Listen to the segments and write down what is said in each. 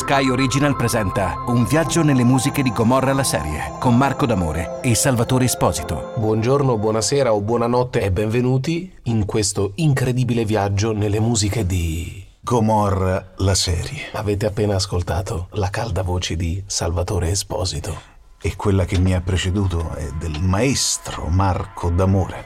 Sky Original presenta Un viaggio nelle musiche di Gomorra la serie con Marco D'Amore e Salvatore Esposito. Buongiorno, buonasera o buonanotte e benvenuti in questo incredibile viaggio nelle musiche di Gomorra la serie. Avete appena ascoltato la calda voce di Salvatore Esposito. E quella che mi ha preceduto è del maestro Marco D'Amore.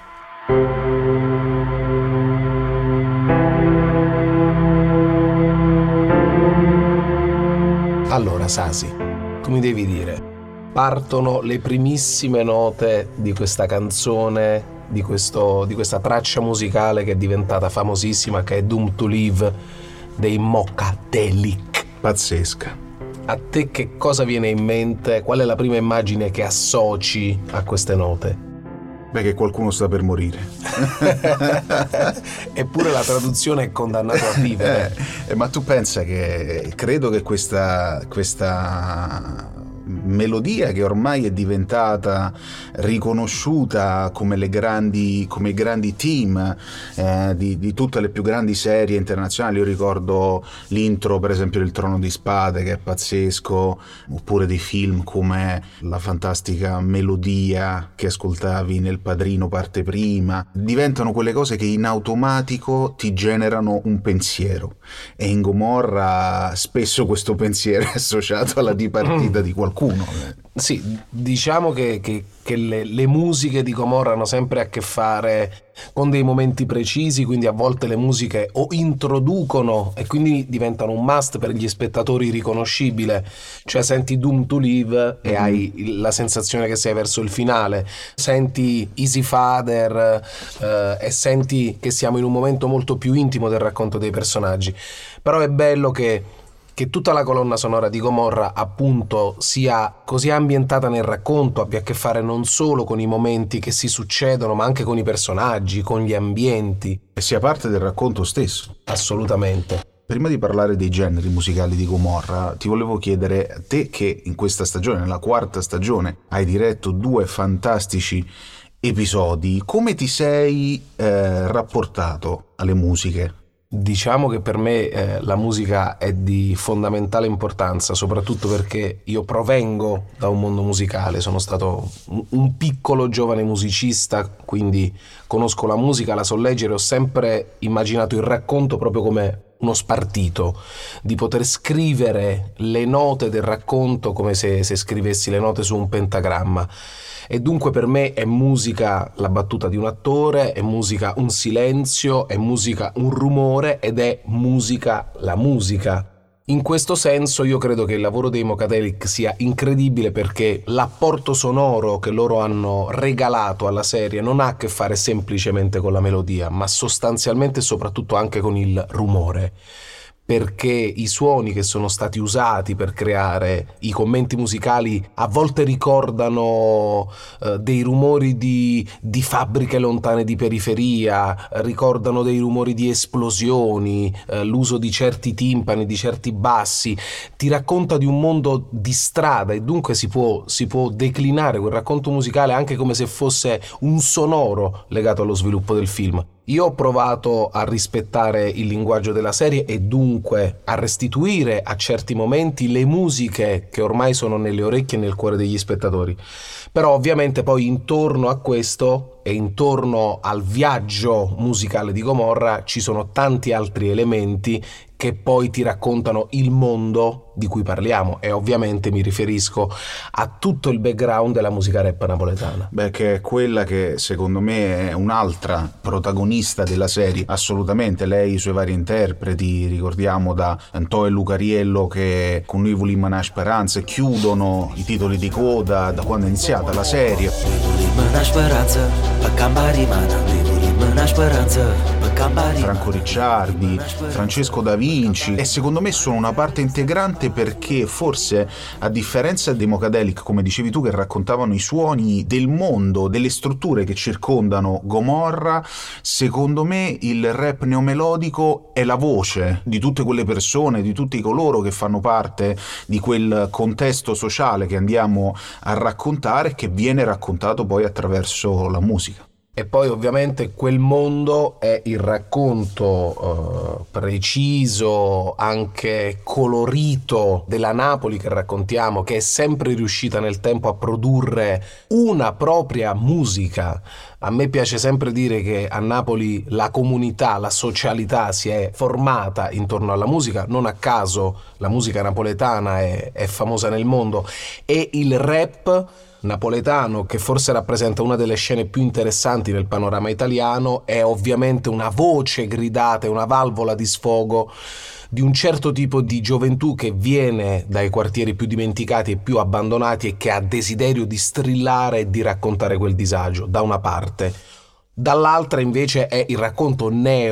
Allora, Sasi, tu mi devi dire, partono le primissime note di questa canzone, di questa traccia musicale che è diventata famosissima, che è Doomed to Live dei Mocadelic. Pazzesca. A te che cosa viene in mente? Qual è la prima immagine che associ a queste note? Beh, che qualcuno sta per morire. Eppure la traduzione è condannato a vivere. Ma tu pensa che credo che questa melodia, che ormai è diventata riconosciuta come i grandi team di tutte le più grandi serie internazionali. Io ricordo l'intro, per esempio, del Trono di Spade, che è pazzesco, oppure dei film come la fantastica melodia che ascoltavi nel Padrino parte prima. Diventano quelle cose che in automatico ti generano un pensiero, e in Gomorra spesso questo pensiero è associato alla dipartita di qualcuno. Sì, diciamo che le musiche di Gomorra hanno sempre a che fare con dei momenti precisi, quindi a volte le musiche o introducono e quindi diventano un must per gli spettatori riconoscibile, cioè senti Doomed to Live e hai la sensazione che sei verso il finale, senti Easy Father e senti che siamo in un momento molto più intimo del racconto dei personaggi. Però è bello che tutta la colonna sonora di Gomorra appunto sia così ambientata nel racconto, abbia a che fare non solo con i momenti che si succedono, ma anche con i personaggi, con gli ambienti. E sia parte del racconto stesso. Assolutamente. Prima di parlare dei generi musicali di Gomorra, ti volevo chiedere, a te che in questa stagione, nella quarta stagione, hai diretto 2 fantastici episodi, come ti sei rapportato alle musiche? Diciamo che per me la musica è di fondamentale importanza, soprattutto perché io provengo da un mondo musicale, sono stato un piccolo giovane musicista, quindi conosco la musica, la so leggere, ho sempre immaginato il racconto proprio come uno spartito, di poter scrivere le note del racconto come se scrivessi le note su un pentagramma. E dunque per me è musica la battuta di un attore, è musica un silenzio, è musica un rumore ed è musica la musica. In questo senso io credo che il lavoro dei Mocadelic sia incredibile, perché l'apporto sonoro che loro hanno regalato alla serie non ha a che fare semplicemente con la melodia, ma sostanzialmente e soprattutto anche con il rumore. Perché i suoni che sono stati usati per creare i commenti musicali a volte ricordano dei rumori di fabbriche lontane di periferia, ricordano dei rumori di esplosioni, l'uso di certi timpani, di certi bassi, ti racconta di un mondo di strada, e dunque si può declinare quel racconto musicale anche come se fosse un sonoro legato allo sviluppo del film. Io ho provato a rispettare il linguaggio della serie e dunque a restituire a certi momenti le musiche che ormai sono nelle orecchie e nel cuore degli spettatori. Però ovviamente poi intorno a questo e intorno al viaggio musicale di Gomorra ci sono tanti altri elementi che poi ti raccontano il mondo di cui parliamo, e ovviamente mi riferisco a tutto il background della musica rap napoletana. Beh, che è quella che secondo me è un'altra protagonista della serie, assolutamente. Lei, i suoi vari interpreti, ricordiamo da Antò e Lucariello che con Noi Volimmo una Speranza chiudono i titoli di coda da quando è iniziata la serie. Franco Ricciardi, Francesco Da Vinci, e secondo me sono una parte integrante, perché forse a differenza dei Mocadelic, come dicevi tu, che raccontavano i suoni del mondo, delle strutture che circondano Gomorra, secondo me il rap neomelodico è la voce di tutte quelle persone, di tutti coloro che fanno parte di quel contesto sociale che andiamo a raccontare, che viene raccontato poi attraverso la musica. E poi ovviamente quel mondo è il racconto preciso, anche colorito della Napoli che raccontiamo, che è sempre riuscita nel tempo a produrre una propria musica. A me piace sempre dire che a Napoli la comunità, la socialità si è formata intorno alla musica, non a caso la musica napoletana è famosa nel mondo, e il rap napoletano, che forse rappresenta una delle scene più interessanti nel panorama italiano, è ovviamente una voce gridata, una valvola di sfogo di un certo tipo di gioventù che viene dai quartieri più dimenticati e più abbandonati e che ha desiderio di strillare e di raccontare quel disagio, da una parte. Dall'altra invece è il racconto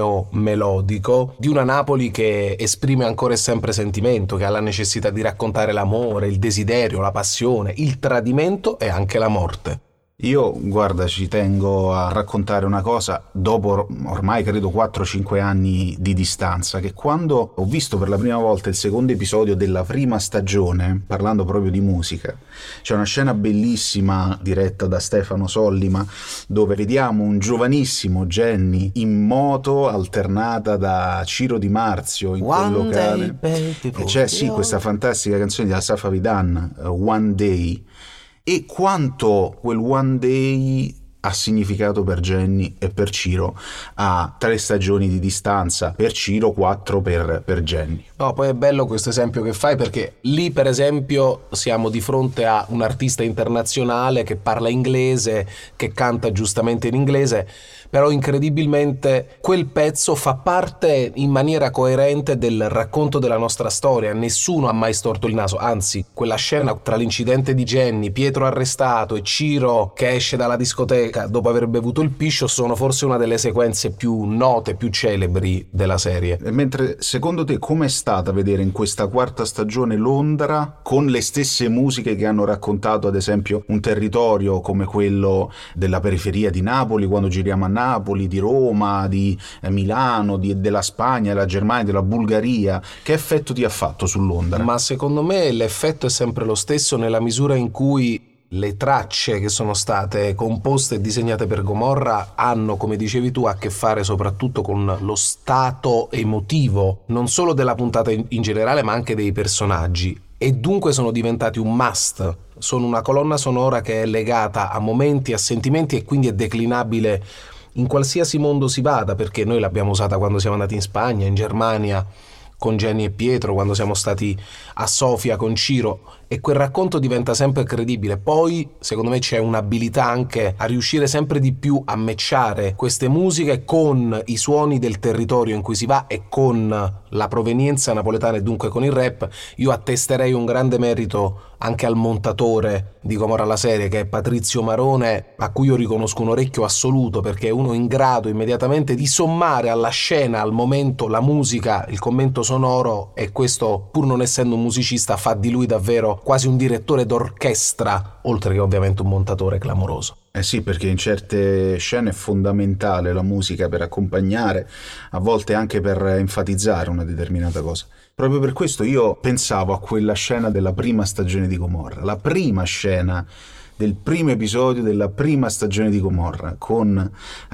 neo-melodico di una Napoli che esprime ancora e sempre sentimento, che ha la necessità di raccontare l'amore, il desiderio, la passione, il tradimento e anche la morte. Io, guarda, ci tengo a raccontare una cosa dopo ormai credo 4-5 anni di distanza, che quando ho visto per la prima volta il secondo episodio della prima stagione, parlando proprio di musica, c'è una scena bellissima diretta da Stefano Sollima dove vediamo un giovanissimo Genny in moto alternata da Ciro Di Marzio in quel locale, e c'è questa fantastica canzone di Asaf Avidan, One Day. E quanto quel One Day ha significato per Genny e per Ciro a 3 stagioni di distanza, per Ciro 4 per Genny. No, poi è bello questo esempio che fai, perché lì per esempio siamo di fronte a un artista internazionale che parla inglese, che canta giustamente in inglese, però incredibilmente quel pezzo fa parte in maniera coerente del racconto della nostra storia. Nessuno ha mai storto il naso, anzi quella scena tra l'incidente di Genny, Pietro arrestato e Ciro che esce dalla discoteca dopo aver bevuto il piscio sono forse una delle sequenze più note, più celebri della serie. E mentre secondo te com'è stata vedere in questa 4ª stagione Londra con le stesse musiche che hanno raccontato ad esempio un territorio come quello della periferia di Napoli, quando giriamo a Napoli, di Roma, di Milano, della Spagna, della Germania, della Bulgaria? Che effetto ti ha fatto su Londra? Ma secondo me l'effetto è sempre lo stesso, nella misura in cui le tracce che sono state composte e disegnate per Gomorra hanno, come dicevi tu, a che fare soprattutto con lo stato emotivo, non solo della puntata in generale, ma anche dei personaggi. E dunque sono diventati un must, sono una colonna sonora che è legata a momenti, a sentimenti, e quindi è declinabile in qualsiasi mondo si vada, perché noi l'abbiamo usata quando siamo andati in Spagna, in Germania, con Genny e Pietro, quando siamo stati a Sofia con Ciro, e quel racconto diventa sempre credibile. Poi secondo me c'è un'abilità anche a riuscire sempre di più a matchare queste musiche con i suoni del territorio in cui si va e con la provenienza napoletana, e dunque con il rap. Io attesterei un grande merito anche al montatore di Gomorra la serie, che è Patrizio Marone, a cui io riconosco un orecchio assoluto, perché è uno in grado immediatamente di sommare alla scena, al momento, la musica, il commento sonoro, e questo, pur non essendo un musicista, fa di lui davvero quasi un direttore d'orchestra, oltre che ovviamente un montatore clamoroso. Sì, perché in certe scene è fondamentale la musica per accompagnare, a volte anche per enfatizzare una determinata cosa. Proprio per questo io pensavo a quella scena della prima stagione di Gomorra, la prima scena del primo episodio della prima stagione di Gomorra, con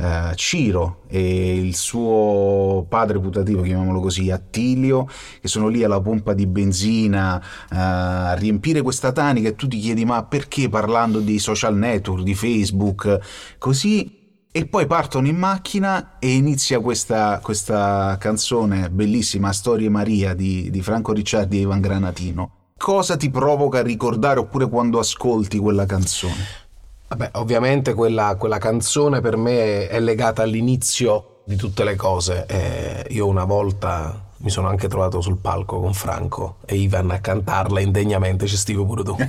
Ciro e il suo padre putativo, chiamiamolo così, Attilio, che sono lì alla pompa di benzina a riempire questa tanica, e tu ti chiedi ma perché, parlando di social network, di Facebook, così. E poi partono in macchina e inizia questa canzone bellissima, Storie Maria di Franco Ricciardi e Ivan Granatino. Cosa ti provoca a ricordare, oppure quando ascolti quella canzone? Vabbè, ovviamente quella canzone per me è legata all'inizio di tutte le cose. Io una volta mi sono anche trovato sul palco con Franco e Ivan a cantarla indegnamente, ci stivo pure tu.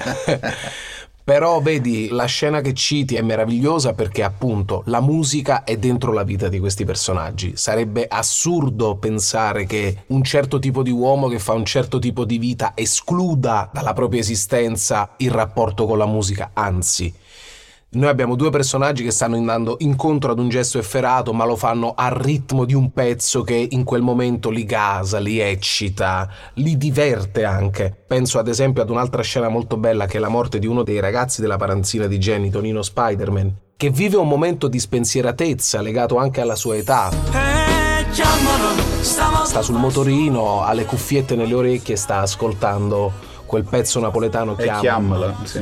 Però vedi, la scena che citi è meravigliosa perché appunto la musica è dentro la vita di questi personaggi. Sarebbe assurdo pensare che un certo tipo di uomo che fa un certo tipo di vita escluda dalla propria esistenza il rapporto con la musica, anzi. Noi abbiamo 2 personaggi che stanno andando incontro ad un gesto efferato, ma lo fanno al ritmo di un pezzo che in quel momento li gasa, li eccita, li diverte anche. Penso ad esempio ad un'altra scena molto bella, che è la morte di uno dei ragazzi della paranzina di Genny, Tonino Spider-Man, che vive un momento di spensieratezza legato anche alla sua età. Sta sul motorino, ha le cuffiette nelle orecchie e sta ascoltando quel pezzo napoletano Chiamala, sì.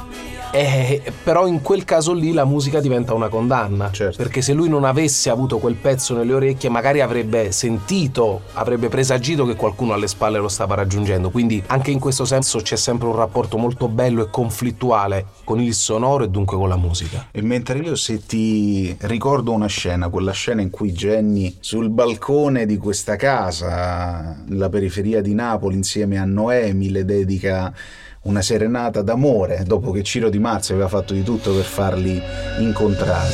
Però in quel caso lì la musica diventa una condanna, certo. Perché se lui non avesse avuto quel pezzo nelle orecchie magari avrebbe sentito, avrebbe presagito che qualcuno alle spalle lo stava raggiungendo. Quindi anche in questo senso c'è sempre un rapporto molto bello e conflittuale con il sonoro e dunque con la musica. E mentre io, se ti ricordo una scena, quella scena in cui Jenny sul balcone di questa casa nella periferia di Napoli insieme a Noemi le dedica una serenata d'amore dopo che Ciro Di Marzio aveva fatto di tutto per farli incontrare.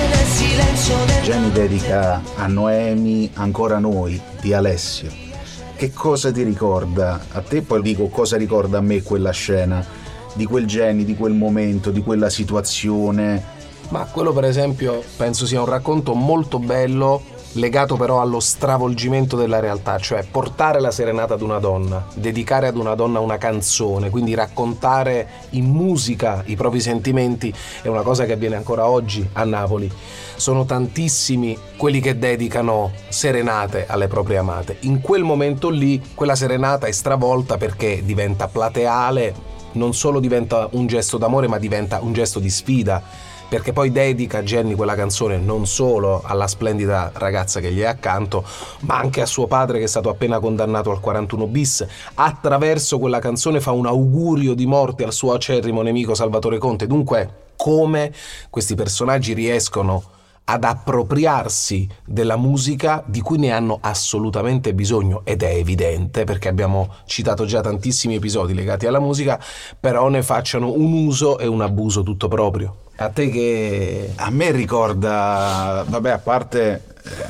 Jenny dedica a Noemi Ancora noi di Alessio. Che cosa ti ricorda a te? Poi dico cosa ricorda a me quella scena, di quel Jenny, di quel momento, di quella situazione. Ma quello per esempio penso sia un racconto molto bello, legato però allo stravolgimento della realtà, cioè portare la serenata ad una donna, dedicare ad una donna una canzone, quindi raccontare in musica i propri sentimenti è una cosa che avviene ancora oggi a Napoli. Sono tantissimi quelli che dedicano serenate alle proprie amate. In quel momento lì quella serenata è stravolta perché diventa plateale, non solo diventa un gesto d'amore ma diventa un gesto di sfida, perché poi dedica Jenny quella canzone non solo alla splendida ragazza che gli è accanto, ma anche a suo padre che è stato appena condannato al 41 bis. Attraverso quella canzone fa un augurio di morte al suo acerrimo nemico Salvatore Conte. Dunque, come questi personaggi riescono ad appropriarsi della musica di cui ne hanno assolutamente bisogno, ed è evidente perché abbiamo citato già tantissimi episodi legati alla musica, però ne facciano un uso e un abuso tutto proprio. A te che... A me ricorda, vabbè, a parte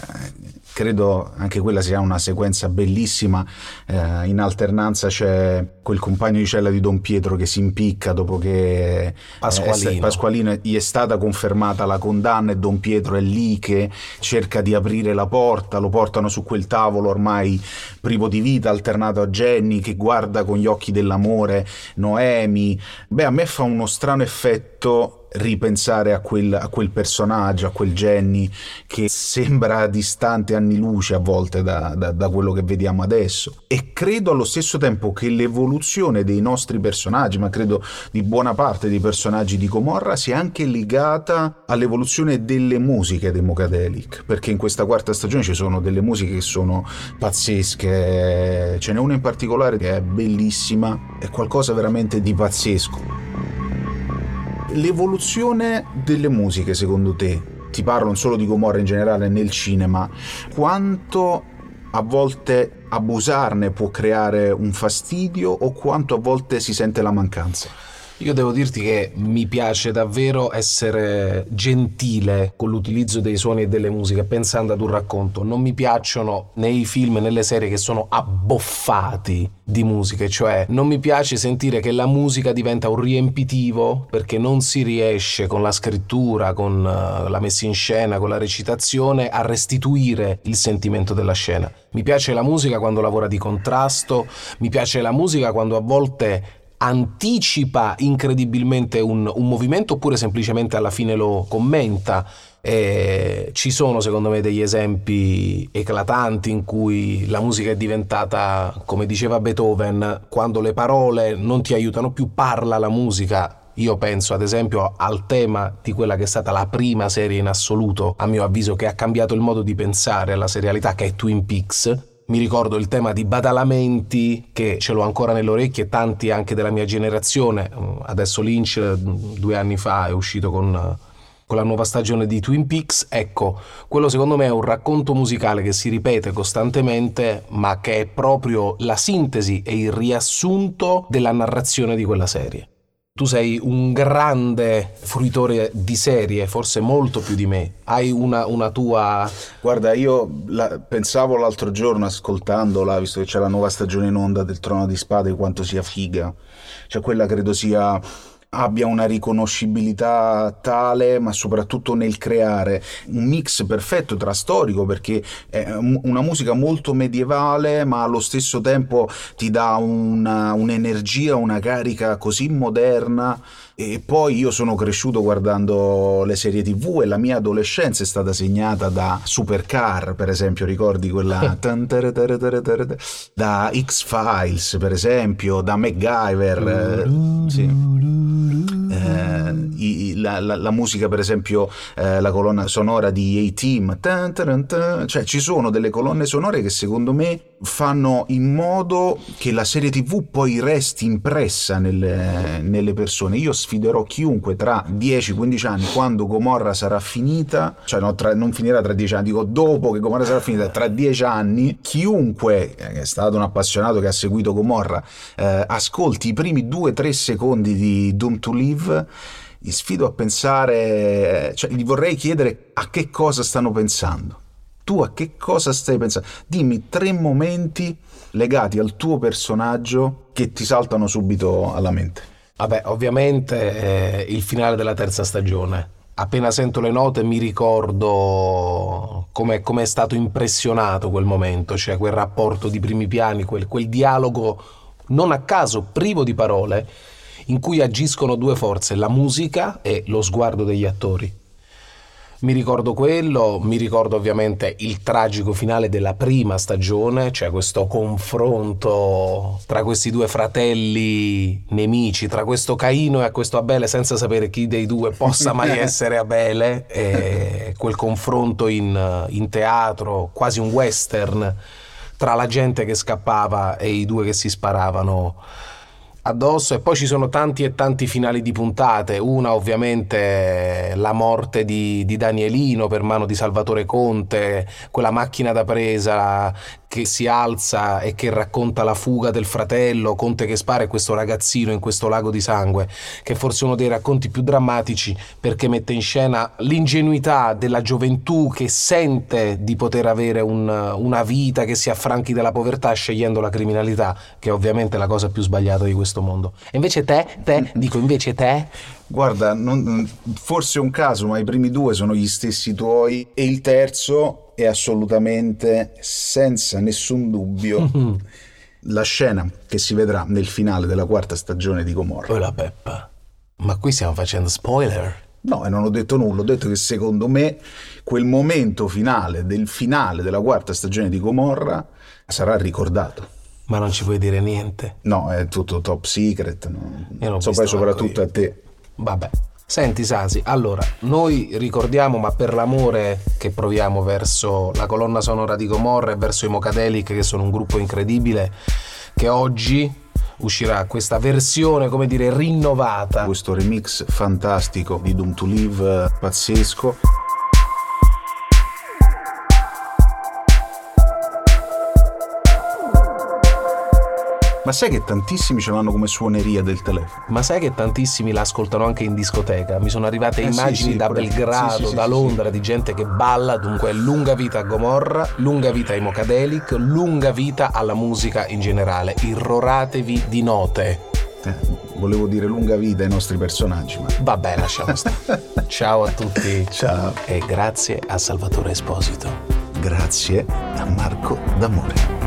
credo anche quella sia una sequenza bellissima, in alternanza c'è quel compagno di cella di Don Pietro che si impicca dopo che Pasqualino gli è stata confermata la condanna, e Don Pietro è lì che cerca di aprire la porta, lo portano su quel tavolo ormai privo di vita, alternato a Jenny che guarda con gli occhi dell'amore Noemi. Beh, a me fa uno strano effetto ripensare a quel personaggio, a quel Jenny che sembra distante anni luce a volte da quello che vediamo adesso. E credo allo stesso tempo che l'evoluzione dei nostri personaggi, ma credo di buona parte dei personaggi di Gomorra, sia anche legata all'evoluzione delle musiche dei Mogadelic, perché in questa quarta stagione ci sono delle musiche che sono pazzesche, ce n'è una in particolare che è bellissima, è qualcosa veramente di pazzesco. L'evoluzione delle musiche, secondo te, ti parlo non solo di Gomorra in generale, nel cinema, quanto a volte abusarne può creare un fastidio o quanto a volte si sente la mancanza? Io devo dirti che mi piace davvero essere gentile con l'utilizzo dei suoni e delle musiche, pensando ad un racconto. Non mi piacciono nei film e nelle serie che sono abboffati di musiche, cioè non mi piace sentire che la musica diventa un riempitivo perché non si riesce con la scrittura, con la messa in scena, con la recitazione a restituire il sentimento della scena. Mi piace la musica quando lavora di contrasto, mi piace la musica quando a volte anticipa incredibilmente un movimento oppure semplicemente alla fine lo commenta. Ci sono secondo me degli esempi eclatanti in cui la musica è diventata, come diceva Beethoven, quando le parole non ti aiutano più, parla la musica. Io penso ad esempio al tema di quella che è stata la prima serie in assoluto, a mio avviso, che ha cambiato il modo di pensare alla serialità, che è Twin Peaks. Mi ricordo il tema di Badalamenti, che ce l'ho ancora nelle orecchie, tanti anche della mia generazione. Adesso Lynch 2 anni fa è uscito con la nuova stagione di Twin Peaks. Ecco, quello secondo me è un racconto musicale che si ripete costantemente, ma che è proprio la sintesi e il riassunto della narrazione di quella serie. Tu sei un grande fruitore di serie, forse molto più di me. Hai una tua... Guarda, io pensavo l'altro giorno ascoltandola, visto che c'è la nuova stagione in onda del Trono di Spade, quanto sia figa. Cioè quella credo sia abbia una riconoscibilità tale, ma soprattutto nel creare un mix perfetto tra storico, perché è una musica molto medievale ma allo stesso tempo ti dà un'energia, una carica così moderna. E poi io sono cresciuto guardando le serie TV e la mia adolescenza è stata segnata da Supercar, per esempio, ricordi quella da X-Files, per esempio, da MacGyver, la musica, per esempio, la colonna sonora di A-Team, cioè ci sono delle colonne sonore che secondo me fanno in modo che la serie TV poi resti impressa nelle persone. Io sfiderò chiunque tra 10-15 anni, quando Gomorra sarà finita, cioè non finirà tra 10 anni, dico dopo che Gomorra sarà finita, tra 10 anni, chiunque che è stato un appassionato che ha seguito Gomorra ascolti i primi 2-3 secondi di Doomed to Live, gli sfido a pensare, cioè gli vorrei chiedere a che cosa stanno pensando. Tu a che cosa stai pensando? Dimmi 3 momenti legati al tuo personaggio che ti saltano subito alla mente. Vabbè, ovviamente il finale della 3ª stagione. Appena sento le note mi ricordo come è stato impressionato quel momento, cioè quel rapporto di primi piani, quel dialogo non a caso privo di parole, in cui agiscono 2 forze, la musica e lo sguardo degli attori. Mi ricordo quello, mi ricordo ovviamente il tragico finale della 1ª stagione, cioè questo confronto tra questi 2 fratelli nemici, tra questo Caino e questo Abele, senza sapere chi dei 2 possa mai essere Abele, e quel confronto in teatro, quasi un western, tra la gente che scappava e i 2 che si sparavano addosso. E poi ci sono tanti e tanti finali di puntate. Una ovviamente la morte di Danielino per mano di Salvatore Conte, quella macchina da presa che si alza e che racconta la fuga del fratello, Conte che spara e questo ragazzino in questo lago di sangue, che è forse uno dei racconti più drammatici, perché mette in scena l'ingenuità della gioventù che sente di poter avere una vita che si affranchi dalla povertà scegliendo la criminalità, che è ovviamente la cosa più sbagliata di questo mondo. E invece te? Guarda, forse è un caso, ma i primi 2 sono gli stessi tuoi e il terzo è assolutamente, senza nessun dubbio, la scena che si vedrà nel finale della 4ª stagione di Gomorra. Oh la Peppa, ma qui stiamo facendo spoiler? No, e non ho detto nulla, ho detto che secondo me quel momento finale della 4ª stagione di Gomorra sarà ricordato. Ma non ci puoi dire niente? No, è tutto top secret, no? Io non so, poi soprattutto a te. Vabbè. Senti Sasi, allora, noi ricordiamo, ma per l'amore che proviamo verso la colonna sonora di Gomorra e verso i Mocadelic, che sono un gruppo incredibile, che oggi uscirà questa versione, come dire, rinnovata. Questo remix fantastico di Doomed to Live, pazzesco. Ma sai che tantissimi ce l'hanno come suoneria del telefono? Ma sai che tantissimi la ascoltano anche in discoteca? Mi sono arrivate immagini da Belgrado, da Londra, di gente che balla. Dunque lunga vita a Gomorra, lunga vita ai Mocadelic, lunga vita alla musica in generale. Irroratevi di note. Volevo dire lunga vita ai nostri personaggi, ma vabbè, lasciamo stare. Ciao a tutti. Ciao. E grazie a Salvatore Esposito. Grazie a Marco D'Amore.